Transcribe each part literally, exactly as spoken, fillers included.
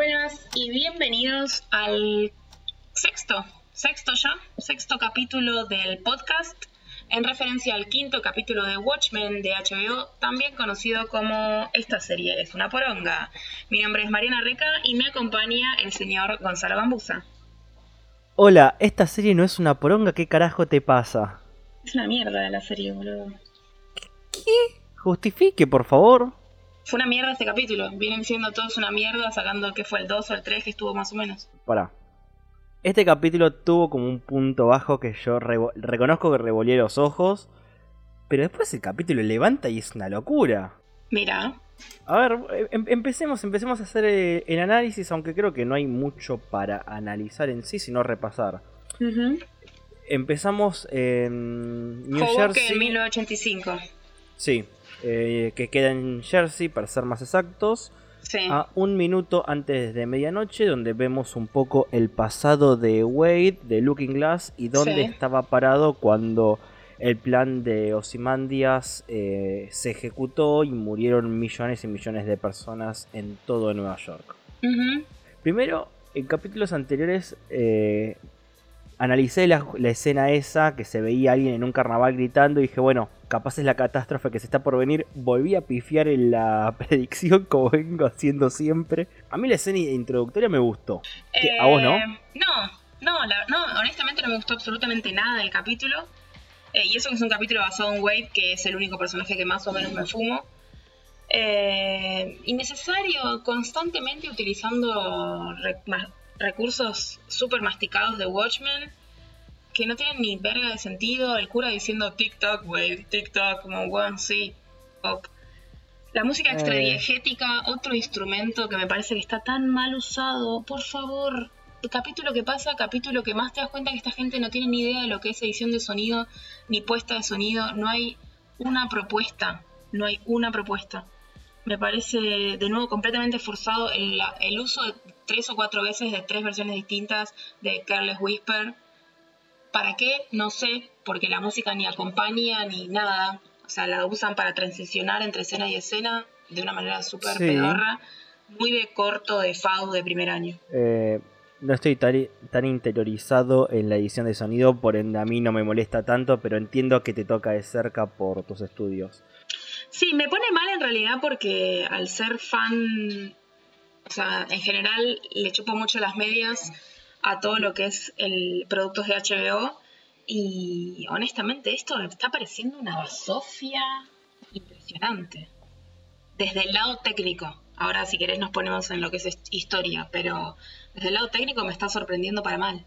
Buenas y bienvenidos al sexto, sexto ya, sexto capítulo del podcast, en referencia al quinto capítulo de Watchmen de H B O, también conocido como Esta serie es una poronga. Mi nombre es Mariana Reca y me acompaña el señor Gonzalo Gambusa. Hola, esta serie no es una poronga, ¿qué carajo te pasa? Es una mierda la serie, boludo. ¿Qué? Justifique, por favor. Fue una mierda este capítulo. Vienen siendo todos una mierda, sacando que fue el dos o el tres que estuvo más o menos. Pará. Este capítulo tuvo como un punto bajo que yo revo- reconozco que revolé los ojos, pero después el capítulo levanta y es una locura. Mira. A ver, em- empecemos, empecemos a hacer eh, el análisis, aunque creo que no hay mucho para analizar en sí, sino repasar. Uh-huh. Empezamos en New Hoboken Jersey. en mil novecientos ochenta y cinco. Sí, eh, que queda en Jersey, para ser más exactos. Sí. A un minuto antes de medianoche, donde vemos un poco el pasado de Wade, de Looking Glass, y dónde Sí. estaba parado cuando el plan de Ozymandias eh, se ejecutó y murieron millones y millones de personas en todo Nueva York. Uh-huh. Primero, en capítulos anteriores eh, analicé la, la escena esa, que se veía alguien en un carnaval gritando, y dije, bueno, capaz es la catástrofe que se está por venir. Volví a pifiar en la predicción, como vengo haciendo siempre. A mí la escena introductoria me gustó. ¿Qué, Eh, ¿A vos no? No, no, la- no, honestamente no me gustó absolutamente nada del capítulo. Eh, y eso que es un capítulo basado en Wade, que es el único personaje que más o menos me fumo. Eh, innecesario, constantemente utilizando re- ma- recursos súper masticados de Watchmen, que no tienen ni verga de sentido. El cura diciendo TikTok, Wade, TikTok, como one, sí, pop. La música Eh. extradiegética, otro instrumento que me parece que está tan mal usado. Por favor, capítulo que pasa, capítulo que más te das cuenta que esta gente no tiene ni idea de lo que es edición de sonido, ni puesta de sonido. No hay una propuesta, no hay una propuesta. Me parece, de nuevo, completamente forzado el, el uso de tres o cuatro veces de tres versiones distintas de Careless Whisper. ¿Para qué? No sé, porque la música ni acompaña ni nada. O sea, la usan para transicionar entre escena y escena de una manera súper Sí. pedorra. Muy de corto, de F A U de primer año. Eh, no estoy tan, tan interiorizado en la edición de sonido, por ende a mí no me molesta tanto, pero entiendo que te toca de cerca por tus estudios. Sí, me pone mal en realidad porque al ser fan, o sea, en general le chupo mucho las medias a todo lo que es el productos de H B O, y honestamente esto me está pareciendo una basofia impresionante. Desde el lado técnico, ahora si querés nos ponemos en lo que es historia, pero desde el lado técnico me está sorprendiendo para mal.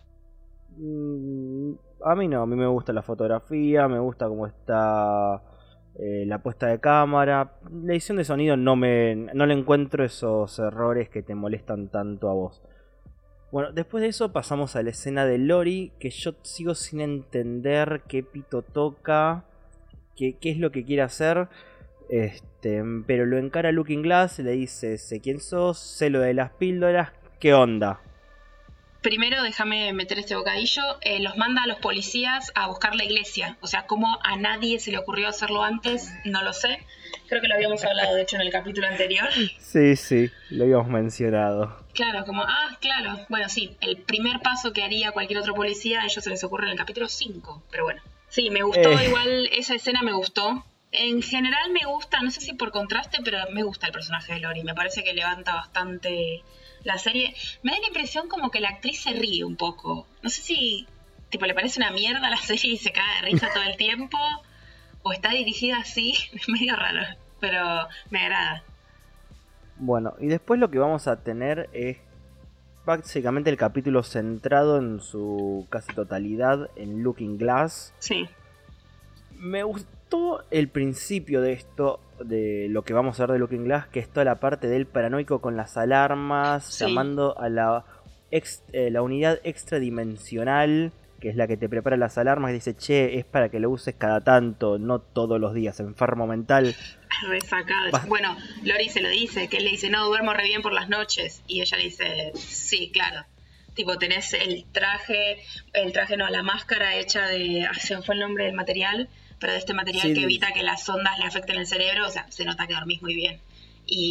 Mm, a mí no, a mí me gusta la fotografía, me gusta cómo está eh, la puesta de cámara. La edición de sonido no me no le encuentro esos errores que te molestan tanto a vos. Bueno, después de eso pasamos a la escena de Lori, que yo sigo sin entender qué pito toca, qué, qué es lo que quiere hacer. Este, pero lo encara Looking Glass, le dice, sé quién sos, sé lo de las píldoras, ¿qué onda? Primero, déjame meter este bocadillo, eh, los manda a los policías a buscar la iglesia. O sea, cómo a nadie se le ocurrió hacerlo antes, no lo sé. Creo que lo habíamos hablado, de hecho, en el capítulo anterior. Sí, sí, lo habíamos mencionado. Claro, como, ah, claro. Bueno, sí, el primer paso que haría cualquier otro policía, a ellos se les ocurre en el capítulo cinco. Pero bueno, sí, me gustó, Eh. igual esa escena me gustó. En general me gusta, no sé si por contraste, pero me gusta el personaje de Lori. Me parece que levanta bastante la serie. Me da la impresión como que la actriz se ríe un poco. No sé si tipo le parece una mierda la serie y se cae de risa todo el tiempo, o está dirigida así. Es medio raro, pero me agrada. Bueno, y después lo que vamos a tener es básicamente el capítulo centrado en su casi totalidad en Looking Glass. Sí. Me gustó el principio de esto, de lo que vamos a ver de Looking Glass, que es toda la parte del paranoico con las alarmas, Sí. llamando a la, ex, eh, la unidad extradimensional, que es la que te prepara las alarmas, y dice, che, es para que lo uses cada tanto, no todos los días, enfermo mental. Resacado. Bast- Bueno, Lori se lo dice, que él le dice, no, duermo re bien por las noches. Y ella le dice, sí, claro. Tipo, tenés el traje, el traje no, la máscara hecha de, ah, se me fue el nombre del material, pero de este material Sí, que de- evita que las ondas le afecten el cerebro. O sea, se nota que dormís muy bien. Y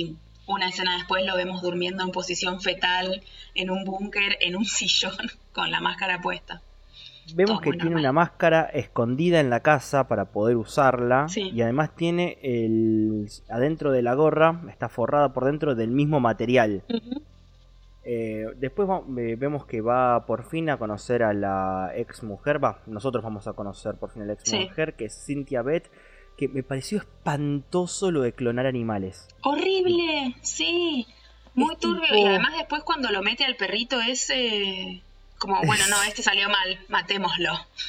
Una escena después lo vemos durmiendo en posición fetal en un búnker, en un sillón, con la máscara puesta. Vemos Todo que muy tiene normal. una máscara escondida en la casa para poder usarla. Sí. Y además tiene el adentro de la gorra, está forrada por dentro del mismo material. Ujú. Eh, después va- eh, vemos que va por fin a conocer a la ex mujer. Va, nosotros vamos a conocer por fin a la ex Sí. mujer, que es Cynthia Beth. Que me pareció espantoso lo de clonar animales. Horrible, sí. Muy Es turbio. tipo- Y además después cuando lo mete al perrito ese... Como, bueno, no, este salió mal, matémoslo.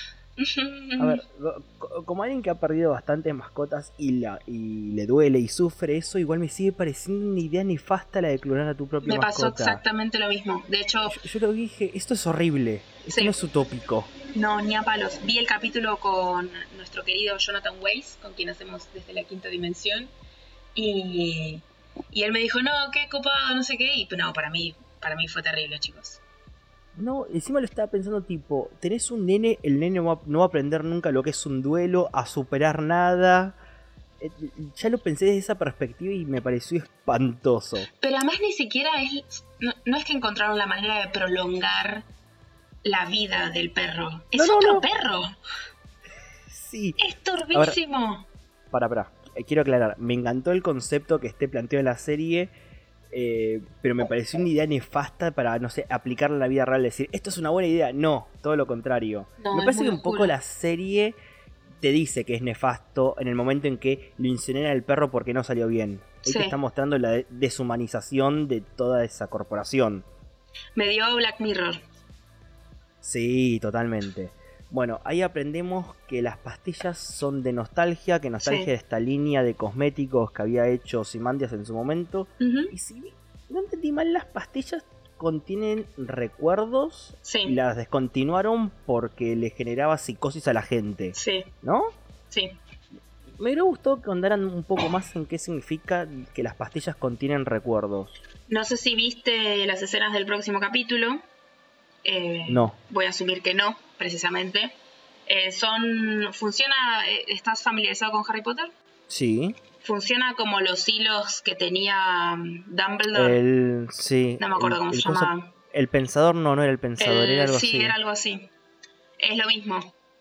A ver, co- como alguien que ha perdido bastantes mascotas y, la, y le duele y sufre eso, igual me sigue pareciendo una idea nefasta la de clonar a tu propia Me pasó mascota. exactamente lo mismo. De hecho, Yo, yo lo dije, esto es horrible, esto Sí. no es utópico. no, ni a palos. Vi el capítulo con nuestro querido Jonathan Weiss, con quien hacemos desde la quinta dimensión. Y, y él me dijo, no, qué copado, no sé qué. Y no, para mí, para mí fue terrible, chicos. No, encima lo estaba pensando tipo, tenés un nene, el nene no va, no va a aprender nunca lo que es un duelo, a superar nada. Eh, Ya lo pensé desde esa perspectiva y me pareció espantoso. Pero además ni siquiera es... No, no es que encontraron la manera de prolongar la vida del perro. Es No, no, otro no. perro. Sí. Es turbísimo. Para, para, eh, quiero aclarar, me encantó el concepto que esté planteado en la serie, eh, pero me pareció una idea nefasta para, no sé, aplicarla a la vida real, decir, esto es una buena idea, no, todo lo contrario. No, me es parece muy que un poco oscuro. la serie te dice que es nefasto en el momento en que lo incinera el perro porque no salió bien. Ahí Sí. te está mostrando la de- deshumanización de toda esa corporación. Me dio Black Mirror. Sí, totalmente. Bueno, ahí aprendemos que las pastillas son de nostalgia, que nostalgia Sí. de esta línea de cosméticos que había hecho Ozymandias en su momento. Ujú. Y si no entendí mal, las pastillas contienen recuerdos Sí. y las descontinuaron porque le generaba psicosis a la gente, Sí, ¿no? sí. Me hubiera gustado que andaran un poco más en qué significa que las pastillas contienen recuerdos. No sé si viste las escenas del próximo capítulo. Eh, No. Voy a asumir que no, precisamente. Eh, son. Funciona. eh, ¿Estás familiarizado con Harry Potter? Sí. Funciona como los hilos que tenía mm, Dumbledore. El. Sí. No me acuerdo el- cómo el se coso- llamaba. El pensador no, no era el pensador, El- era algo sí, así. era algo así. Es lo mismo.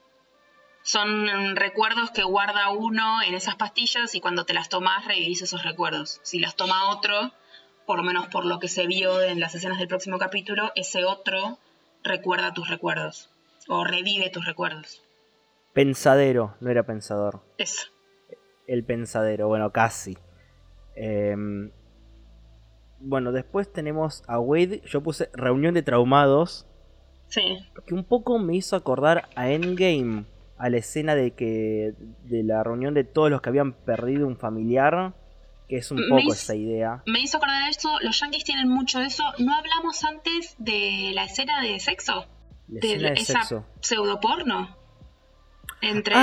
Son mm, recuerdos que guarda uno en esas pastillas y cuando te las tomas revivís esos recuerdos. Si las toma otro, por lo menos por lo que se vio en las escenas del próximo capítulo, ese otro recuerda tus recuerdos o revive tus recuerdos. Pensadero, no era pensador. Eso. El pensadero, bueno, casi. Em, bueno, después tenemos a Wade. Yo puse reunión de traumados, Sí. que un poco me hizo acordar a Endgame, a la escena de que de la reunión de todos los que habían perdido un familiar, que es un Me poco hizo- esa idea. Me hizo acordar de eso. Los yankees tienen mucho de eso. ¿No hablamos antes de la escena de sexo? La De escena de esa sexo. pseudoporno. Entre...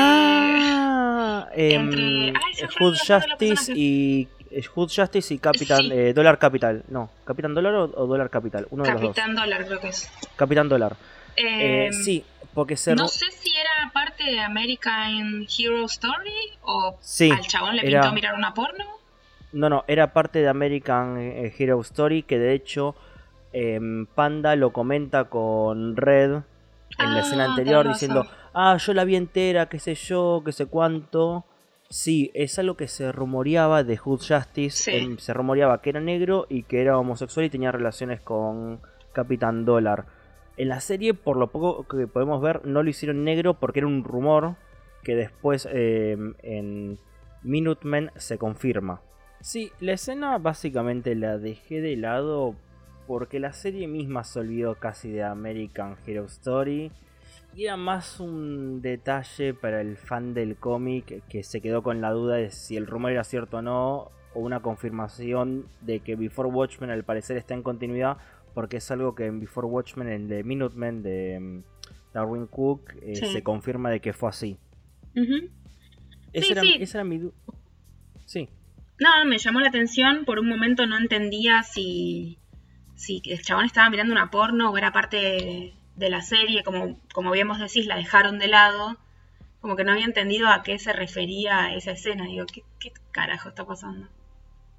Ah, em, entre- ay, se me Hood fueron los nombres de los Justice personajes. y eh, Hood Justice y Capitán Sí. eh, Dollar Capital. No, Capitán Dólar o, o Dólar Capital, uno de los Capitán Dólar, creo que es. dos. Capitán Dólar. Eh, Eh, sí, porque se No ru- sé si era parte de American Hero Story o Sí, al chabón le era- pintó mirar una porno. No, no, era parte de American eh, Hero Story, que de hecho em, Panda lo comenta con Red en la Ah, escena anterior tenés diciendo, razón. ah, yo la vi entera, qué sé yo, qué sé cuánto. Sí, es algo que se rumoreaba de Hood Justice, Sí. em, se rumoreaba que era negro y que era homosexual y tenía relaciones con Capitán Dólar. En la serie, por lo poco que podemos ver, no lo hicieron negro porque era un rumor que después em, en Minutemen se confirma. Sí, la escena básicamente la dejé de lado porque la serie misma se olvidó casi de American Hero Story y era más un detalle para el fan del cómic que se quedó con la duda de si el rumor era cierto o no, o una confirmación de que Before Watchmen al parecer está en continuidad, porque es algo que en Before Watchmen, en The Minutemen de mm, Darwin Cook, eh, Sí. se confirma de que fue así. Ujú. Esa, Sí, era, sí. esa era mi duda. Sí. No, me llamó la atención. Por un momento no entendía si, si el chabón estaba mirando una porno o era parte de, de la serie. Como, como bien vos decís, la dejaron de lado. Como que no había entendido a qué se refería esa escena. Digo, ¿qué, qué carajo está pasando?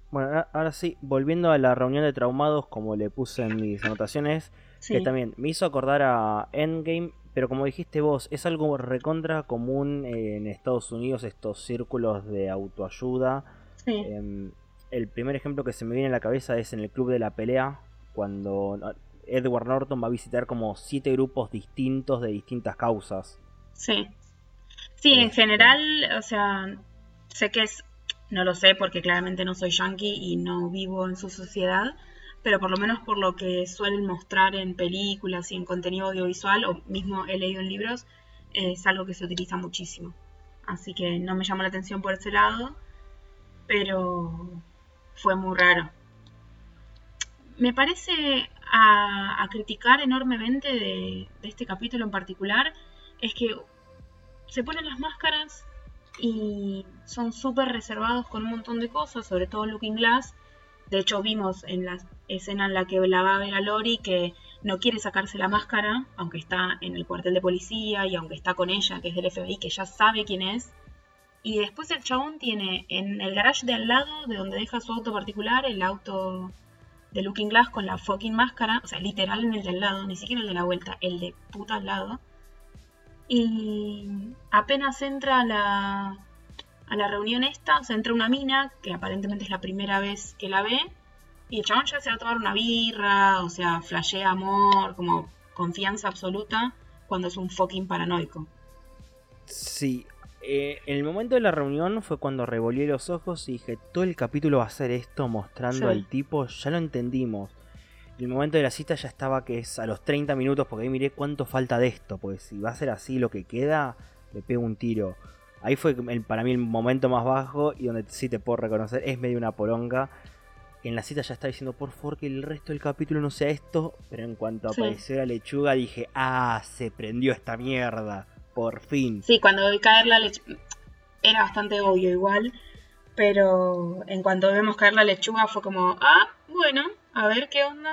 Bueno, a- ahora sí, volviendo a la reunión de traumados, como le puse en mis anotaciones, que Sí, también me hizo acordar a Endgame, pero como dijiste vos, es algo recontra común en Estados Unidos, estos círculos de autoayuda. sí, Em, el primer ejemplo que se me viene a la cabeza es en el Club de la Pelea, cuando no, Edward Norton va a visitar como siete grupos distintos de distintas causas. sí. Sí, en Este, general, o sea, sé que es, no lo sé porque claramente no soy yankee y no vivo en su sociedad, pero por lo menos por lo que suelen mostrar en películas y en contenido audiovisual, o mismo he leído en libros, eh, es algo que se utiliza muchísimo. Así que no me llamó la atención por ese lado, pero fue muy raro. Me parece a, a criticar enormemente de, de este capítulo en particular, es que se ponen las máscaras y son súper reservados con un montón de cosas, sobre todo Looking Glass. De hecho, vimos en la escena en la que la va a ver a Lori que no quiere sacarse la máscara, aunque está en el cuartel de policía y aunque está con ella, que es del F B I, que ya sabe quién es. Y después el chabón tiene en el garage de al lado, de donde deja su auto particular, el auto de Looking Glass con la fucking máscara, o sea, literal en el de al lado, ni siquiera el de la vuelta, el de puta al lado. Y apenas entra a la, a la reunión esta, se entra una mina, que aparentemente es la primera vez que la ve, y el chabón ya se va a tomar una birra, o sea, flashea amor, como confianza absoluta, cuando es un fucking paranoico. sí, eh, en el momento de la reunión fue cuando revolví los ojos y dije, todo el capítulo va a ser esto mostrando al Sí, tipo, ya lo entendimos. Y el momento de la cita ya estaba que es a los treinta minutos, porque ahí miré cuánto falta de esto, pues si va a ser así lo que queda, me pego un tiro. Ahí fue el- para mí el momento más bajo y donde sí te puedo reconocer, es medio una poronga. En la cita ya estaba diciendo, por favor, que el resto del capítulo no sea esto, pero en cuanto sí. apareció la lechuga dije, ah, se prendió esta mierda, por fin. Sí, cuando vi caer la lechuga, era bastante obvio igual, pero en cuanto vemos caer la lechuga fue como, ah, bueno, a ver qué onda.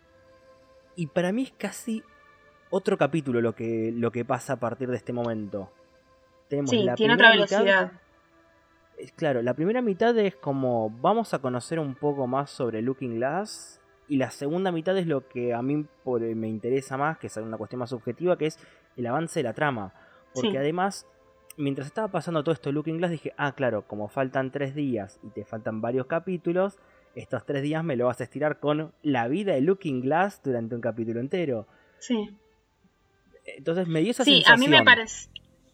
Y para mí es casi otro capítulo lo que, lo que pasa a partir de este momento. Tenemos Sí, la tiene otra primera mitad. velocidad. Es claro, la primera mitad es como vamos a conocer un poco más sobre Looking Glass. Y la segunda mitad es lo que a mí por- me interesa más, que es una cuestión más subjetiva, que es el avance de la trama. Porque Sí, además, mientras estaba pasando todo esto de Looking Glass, dije, ah, claro, como faltan tres días y te faltan varios capítulos, estos tres días me lo vas a estirar con la vida de Looking Glass durante un capítulo entero. sí. Entonces me dio esa Sí, a mí me sensación. parece,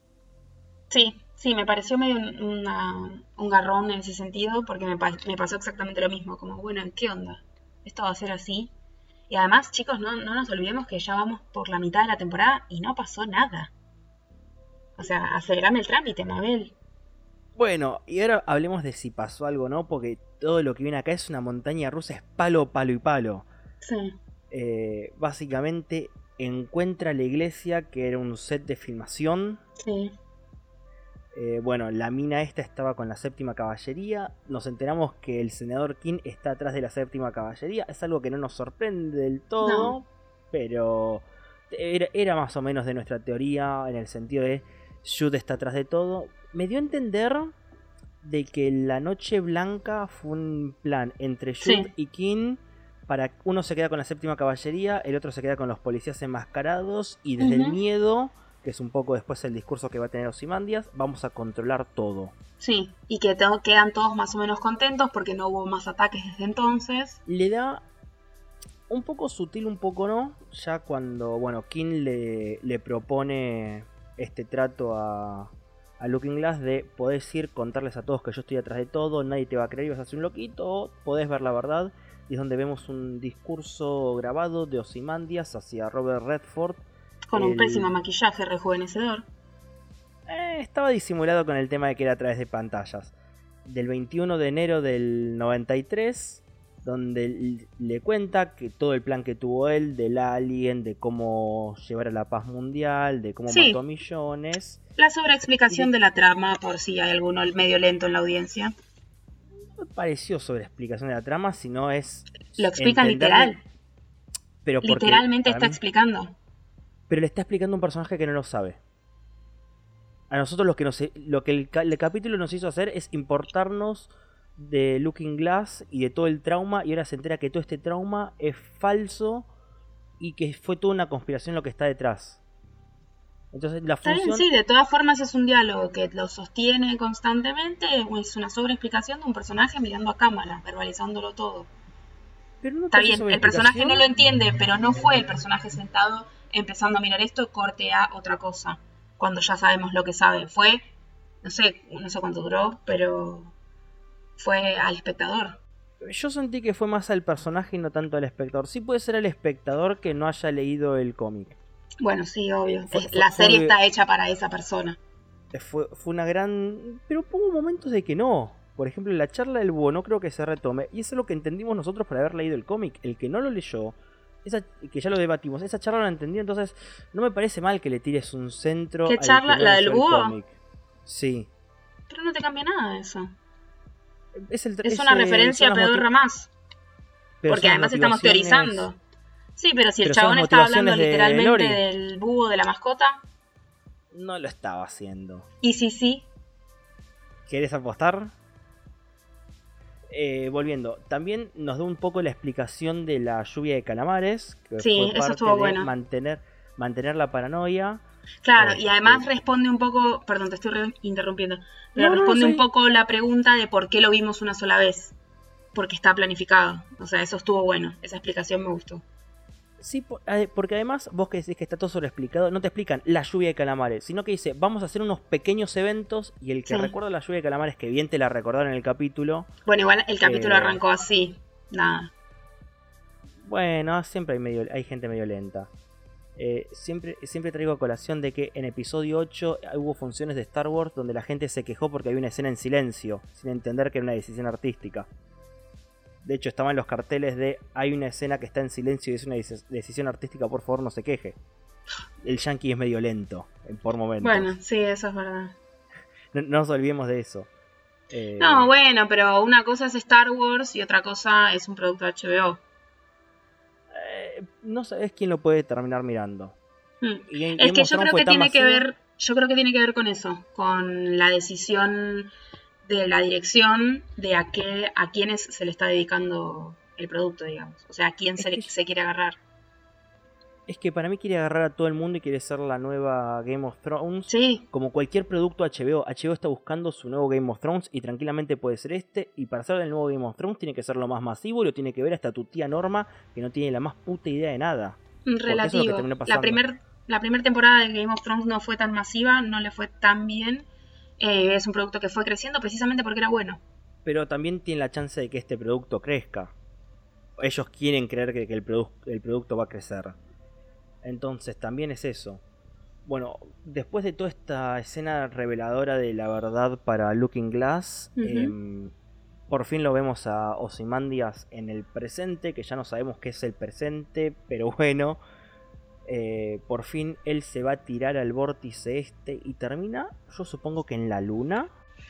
sí, sí, me pareció medio un, una- un garrón en ese sentido, porque me, pa- me pasó exactamente lo mismo, como, bueno, ¿qué onda? ¿Esto va a ser así? Y además, chicos, no, no nos olvidemos que ya vamos por la mitad de la temporada y no pasó nada. O sea, acelerame el trámite, Mabel. Bueno, y ahora hablemos de si pasó algo o no, porque todo lo que viene acá es una montaña rusa, es palo, palo y palo. Sí, Eh, básicamente encuentra la iglesia, que era un set de filmación. sí, Eh, bueno, la mina esta estaba con la séptima caballería. Nos enteramos que el senador King está atrás de la séptima caballería. Es algo que no nos sorprende del no, todo, pero era, era más o menos de nuestra teoría en el sentido de Jude está atrás de todo. Me dio a entender de que la Noche Blanca fue un plan entre Jude sí, y King para uno se queda con la séptima caballería, el otro se queda con los policías enmascarados y desde el ujú, miedo, que es un poco después el discurso que va a tener Ozymandias, vamos a controlar todo. sí. Y que to- quedan todos más o menos contentos porque no hubo más ataques desde entonces. Le da un poco sutil, un poco no, ya cuando, bueno, King le, le propone este trato a, a Looking Glass de podés ir, contarles a todos que yo estoy atrás de todo, nadie te va a creer y vas a ser un loquito, o podés ver la verdad. Y es donde vemos un discurso grabado de Ozymandias hacia Robert Redford. Con un pésimo El, maquillaje rejuvenecedor. eh, estaba disimulado con el tema de que era a través de pantallas. Del veintiuno de enero del noventa y tres, donde le cuenta que todo el plan que tuvo él del alien, de cómo llevar a la paz mundial, de cómo mató a Sí, millones. la Y sobreexplicación de, de la trama, por si hay alguno medio lento en la audiencia. no me pareció sobre explicación de la trama, sino es Lo explican entender de... literal. Pero porque, Literalmente para está mí... explicando. Pero le está explicando a un personaje que no lo sabe. A nosotros lo que, nos, lo que el, el capítulo nos hizo hacer es importarnos de Looking Glass y de todo el trauma, y ahora se entera que todo este trauma es falso y que fue toda una conspiración lo que está detrás. Entonces la Está bien, función... sí, de todas formas es un diálogo que lo sostiene constantemente, es una sobreexplicación de un personaje mirando a cámara, verbalizándolo todo. Pero no Está te hace bien, el personaje sobreexplicación. no lo entiende, pero no fue el personaje sentado empezando a mirar esto, corte a otra cosa, cuando ya sabemos lo que sabe. Fue, no sé, no sé cuánto duró, pero fue al espectador. Yo sentí que fue más al personaje y no tanto al espectador. Sí puede ser al espectador que no haya leído el cómic. Bueno, sí, obvio. Fue, fue, La serie fue, está hecha para esa persona. Fue, fue una gran... Pero hubo momentos de que no. Por ejemplo, la charla del búho no creo que se retome. Y eso es lo que entendimos nosotros por haber leído el cómic. El que no lo leyó, esa, que ya lo debatimos, esa charla no la entendió. Entonces, no me parece mal que le tires un centro ¿Qué al charla? que no ¿La leyó del búho? el cómic. Sí. Pero no te cambia nada de eso. Es, el, es es una el, referencia pedorra más. Pero porque además estamos teorizando. Sí, pero si el chabón está hablando de literalmente Lori. del búho de la mascota. No lo estaba haciendo. ¿Y si sí? ¿Querés apostar? Eh, volviendo, también nos da un poco la explicación de la lluvia de calamares. Que sí, fue eso parte estuvo de bueno. Mantener, mantener la paranoia. Claro, eh, y además eh, responde un poco, perdón, te estoy re- interrumpiendo, pero no, no, responde no, un sí. poco la pregunta de por qué lo vimos una sola vez. Porque está planificado. O sea, eso estuvo bueno. Esa explicación me gustó. Sí, porque además vos que decís que está todo sobreexplicado, no te explican la lluvia de calamares, sino que dice, vamos a hacer unos pequeños eventos y el que sí. recuerda la lluvia de calamares, que bien te la recordaron en el capítulo. Bueno, igual el capítulo eh, arrancó así, nada. Bueno, siempre hay, medio, hay gente medio lenta. Eh, siempre, siempre traigo a colación de que en episodio ocho hubo funciones de Star Wars donde la gente se quejó porque había una escena en silencio, sin entender que era una decisión artística. De hecho, estaban los carteles de hay una escena que está en silencio y es una decisión artística, por favor no se queje. El yankee es medio lento, por momentos. Bueno, sí, eso es verdad. No, no nos olvidemos de eso. Eh... No, bueno, pero una cosa es Star Wars y otra cosa es un producto de H B O. Eh, no sabes quién lo puede terminar mirando. Hmm. Y en, es que yo creo que tiene masivo. que ver, yo creo que tiene que ver con eso, con la decisión de la dirección de a qué a quiénes se le está dedicando el producto, digamos. O sea, a quién se, que, se quiere agarrar. Es que para mí quiere agarrar a todo el mundo y quiere ser la nueva Game of Thrones. Sí. Como cualquier producto H B O. H B O está buscando su nuevo Game of Thrones y tranquilamente puede ser este. Y para ser el nuevo Game of Thrones tiene que ser lo más masivo y lo tiene que ver hasta tu tía Norma, que no tiene la más puta idea de nada. Relativo. Es lo la primera la primer temporada de Game of Thrones no fue tan masiva, no le fue tan bien. Eh, es un producto que fue creciendo precisamente porque era bueno. Pero también tiene la chance de que este producto crezca. Ellos quieren creer que, que el, produ- el producto va a crecer. Entonces también es eso. Bueno, después de toda esta escena reveladora de la verdad para Looking Glass, uh-huh. eh, por fin lo vemos a Ozymandias en el presente, que ya no sabemos qué es el presente, pero bueno, eh, por fin él se va a tirar al vórtice este y termina, yo supongo que en la luna.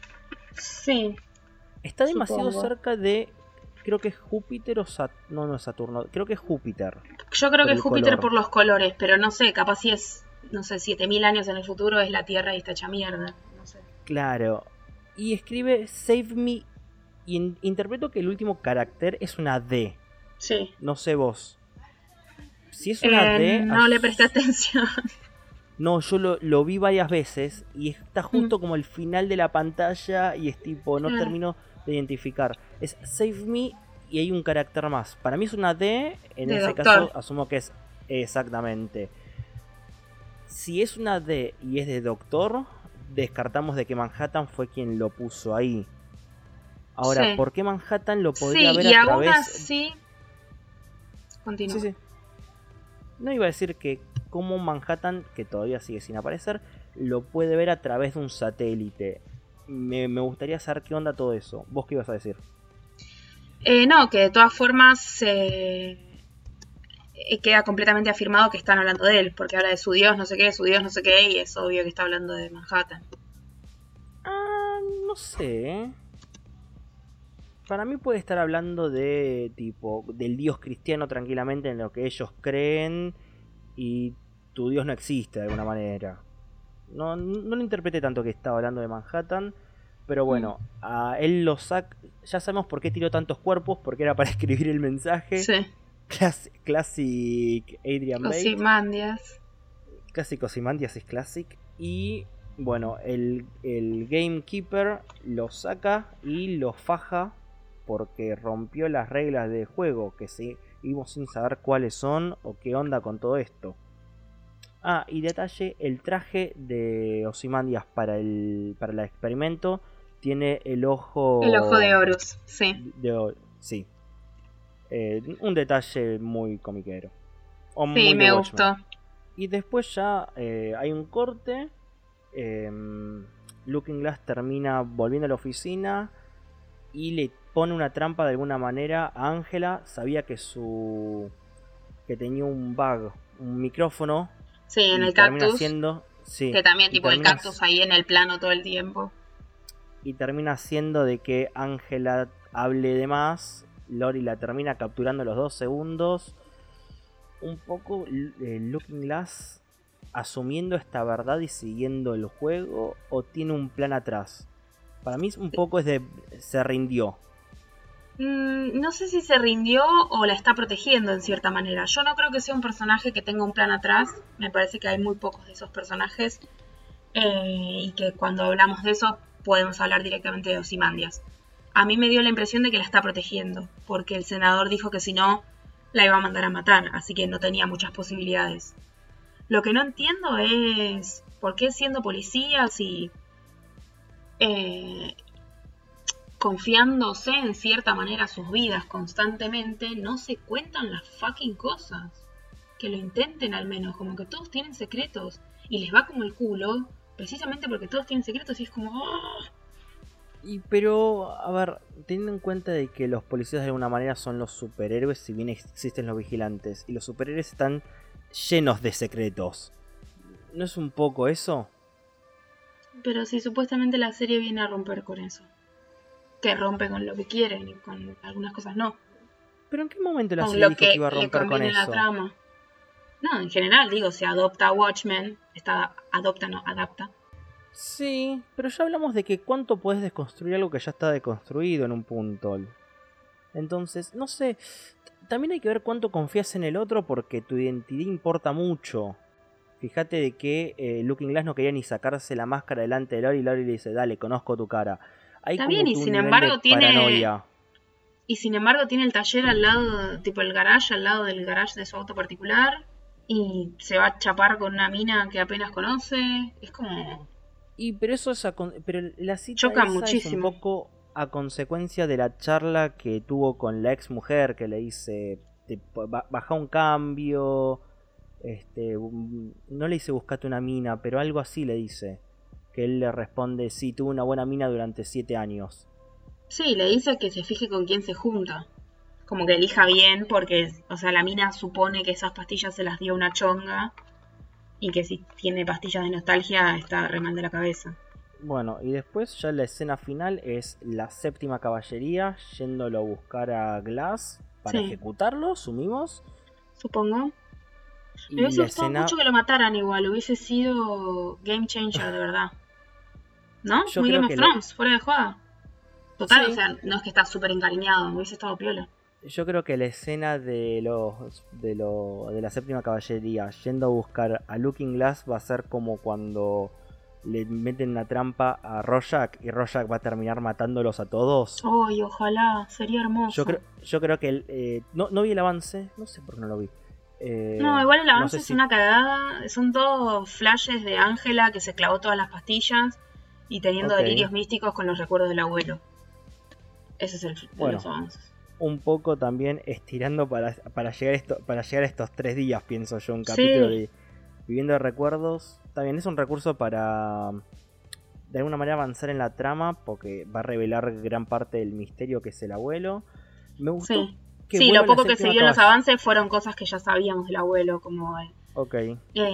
Sí. Está demasiado supongo. cerca de... Creo que es Júpiter o Saturno. No, no es Saturno. Creo que es Júpiter. Yo creo que es Júpiter color. por los colores, pero no sé, capaz si es, no sé, siete mil años en el futuro es la Tierra y está hecha mierda. No sé. Claro. Y escribe Save Me. Y in- interpreto que el último carácter es una D. Sí. No sé vos. Si es una eh, D. No as... le presté atención. No, yo lo, lo vi varias veces. Y está justo mm. como el final de la pantalla. Y es tipo, no ah. termino de identificar. Es Save Me y hay un carácter más. Para mí es una D, en de ese doctor. caso asumo que es exactamente. Si es una D y es de doctor, descartamos de que Manhattan fue quien lo puso ahí. Ahora, sí. ¿por qué Manhattan lo podría sí, ver y a aún través? Así... Continúa. Sí, sí. No iba a decir que como Manhattan, que todavía sigue sin aparecer, lo puede ver a través de un satélite. Me, me gustaría saber qué onda todo eso. ¿Vos qué ibas a decir? Eh, no, que de todas formas eh, queda completamente afirmado que están hablando de él, porque habla de su dios no sé qué, su dios no sé qué, y es obvio que está hablando de Manhattan. Ah, no sé. Para mí puede estar hablando de tipo del dios cristiano tranquilamente en lo que ellos creen y tu dios no existe de alguna manera. No, no lo interpreté tanto que estaba hablando de Manhattan, pero bueno, mm. a él lo saca. ya sabemos por qué tiró tantos cuerpos, porque era para escribir el mensaje. Sí. Classic, classic Adrian Bate. Ozymandias. Classic Ozymandias es classic. Y bueno, el, el Gamekeeper lo saca y lo faja porque rompió las reglas del juego, que seguimos sin saber cuáles son o qué onda con todo esto. Ah, y detalle, el traje de Ozymandias para el, para el experimento tiene el ojo... El ojo de Horus, sí. De, sí. Eh, un detalle muy comiquero. O sí, muy me gustó. Y después ya eh, hay un corte. Eh, Looking Glass termina volviendo a la oficina y le pone una trampa de alguna manera a Ángela. Sabía que su... que tenía un bug, un micrófono. Sí, en el cactus. Siendo, sí, que también, tipo, termina, el cactus ahí en el plano todo el tiempo. Y termina siendo de que Ángela hable de más. Lori la termina capturando los dos segundos. Un poco eh, Looking Glass asumiendo esta verdad y siguiendo el juego. ¿O tiene un plan atrás? Para mí un poco es de... se rindió. Mm, no sé si se rindió o la está protegiendo en cierta manera. Yo no creo que sea un personaje que tenga un plan atrás. Me parece que hay muy pocos de esos personajes. Eh, y que cuando hablamos de eso podemos hablar directamente de Ozymandias. A mí me dio la impresión de que la está protegiendo. Porque el senador dijo que si no la iba a mandar a matar. Así que no tenía muchas posibilidades. Lo que no entiendo es por qué siendo policía si... Eh, confiándose en cierta manera sus vidas constantemente, no se cuentan las fucking cosas. Que lo intenten al menos, como que todos tienen secretos y les va como el culo, precisamente porque todos tienen secretos y es como... ¡oh! Y pero, a ver, teniendo en cuenta de que los policías de alguna manera son los superhéroes, si bien existen los vigilantes, y los superhéroes están llenos de secretos, ¿no es un poco eso? Pero si supuestamente la serie viene a romper con eso. Que rompe con lo que quieren y con algunas cosas no. ¿Pero en qué momento la serie dijo que iba a romper con eso? La trama. No, en general, digo, se adopta a Watchmen, está, adopta, no, adapta. Sí, pero ya hablamos de que cuánto puedes desconstruir algo que ya está deconstruido en un punto. Entonces, no sé, también hay que ver cuánto confías en el otro porque tu identidad importa mucho. Fíjate de que eh, Looking Glass no quería ni sacarse la máscara delante de Lori y Lori le dice, dale, conozco tu cara. Hay Está bien, y sin embargo tiene paranoia. Y sin embargo tiene el taller al lado, tipo el garage, al lado del garage de su auto particular. Y se va a chapar con una mina que apenas conoce. Es como... Y pero eso es a, pero la cita choca esa muchísimo. Es un poco a consecuencia de la charla que tuvo con la ex mujer que le dice, te, baja un cambio, este, no le dice buscate una mina, pero algo así le dice. Que él le responde, sí, tuve una buena mina durante siete años. Sí, le dice que se fije con quién se junta. Como que elija bien, porque, o sea, la mina supone que esas pastillas se las dio una chonga. Y que si tiene pastillas de nostalgia está re mal de la cabeza. Bueno, y después ya la escena final es la séptima caballería yéndolo a buscar a Glass para sí. ejecutarlo, sumimos. Supongo. Y me hubiese gustado escena... mucho que lo mataran igual, hubiese sido game changer de verdad. ¿No? Yo Muy Game of Thrones, lo... fuera de joda. Total, sí. O sea, no es que está súper encariñado, me hubiese estado piola. Yo creo que la escena de los de, lo, de la séptima caballería yendo a buscar a Looking Glass va a ser como cuando le meten una trampa a Rorschach y Rorschach va a terminar matándolos a todos. Ay, ojalá, sería hermoso. Yo creo, yo creo que eh, no, no vi el avance, no sé por qué no lo vi. Eh, no, igual el avance no es si... una cagada. Son todos flashes de Ángela que se clavó todas las pastillas y teniendo okay. delirios místicos con los recuerdos del abuelo. Ese es el bueno, de los avances. Un poco también estirando para, para, llegar esto, para llegar a estos tres días, pienso yo, un capítulo sí. de Viviendo de Recuerdos. También es un recurso para de alguna manera avanzar en la trama, porque va a revelar gran parte del misterio que es el abuelo. Me gustó. Sí, que sí lo poco que se vio en los avances fueron cosas que ya sabíamos del abuelo, como el, okay.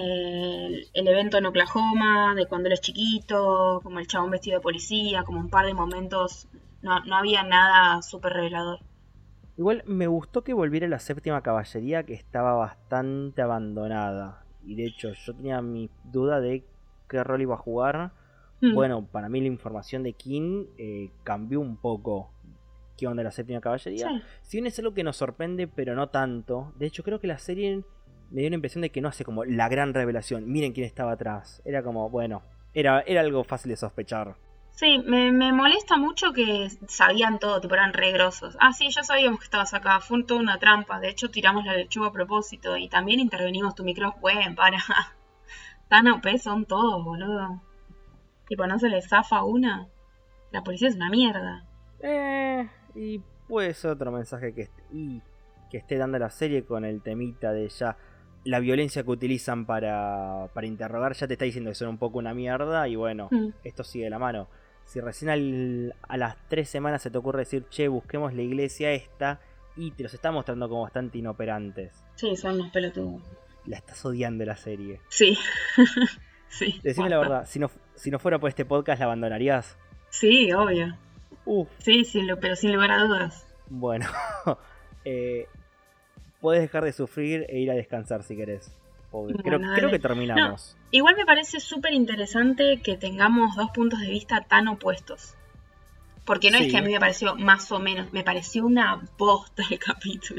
el, el evento en Oklahoma, de cuando él es chiquito, como el chabón vestido de policía, como un par de momentos. No, no había nada súper revelador. Igual me gustó que volviera la séptima caballería, que estaba bastante abandonada. Y de hecho yo tenía mi duda de qué rol iba a jugar. Mm. Bueno, para mí la información de King eh, cambió un poco. qué onda la séptima caballería. Sí. Si bien es algo que nos sorprende, pero no tanto. De hecho, creo que la serie me dio la impresión de que no hace como la gran revelación. Miren quién estaba atrás. Era como, bueno, era, era algo fácil de sospechar. Sí, me, me molesta mucho que sabían todo, tipo eran re grosos. Ah, sí, ya sabíamos que estabas acá, fue toda una trampa. De hecho, tiramos la lechuga a propósito y también intervenimos tu micrófono. Bueno, para. Tan O P son todos, boludo. Tipo, no se les zafa una. La policía es una mierda. Eh, y puede ser otro mensaje que, est- y, que esté dando la serie con el temita de ya la violencia que utilizan para, para interrogar. Ya te está diciendo que son un poco una mierda. Y bueno, Mm. esto sigue de la mano. Si recién al- a las tres semanas se te ocurre decir, che, busquemos la iglesia esta, y te los está mostrando como bastante inoperantes. Sí, son unos pelotudos. La estás odiando la serie. Sí. Sí. Decime la basta. verdad, si no, si no fuera por este podcast, ¿la abandonarías? Sí, obvio. Uf, Sí, sí, lo- pero sin lugar a dudas. bueno. eh, Podés dejar de sufrir e ir a descansar si querés. Pobre. Creo, Bueno, creo dale. que terminamos. Igual me parece súper interesante que tengamos dos puntos de vista tan opuestos. Porque no Sí. es que a mí me pareció más o menos, me pareció una bosta el capítulo.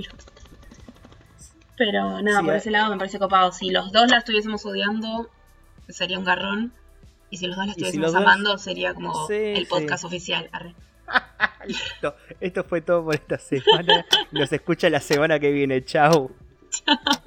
Pero nada, Sí, por eh. ese lado me parece copado. Si los dos la estuviésemos odiando, sería un garrón. Y si los dos la Y si estuviésemos los dos- amando, sería como Sí, el sí. podcast oficial. Arre. Listo. Esto fue todo por esta semana. Nos escucha la semana que viene. Chau. Chao.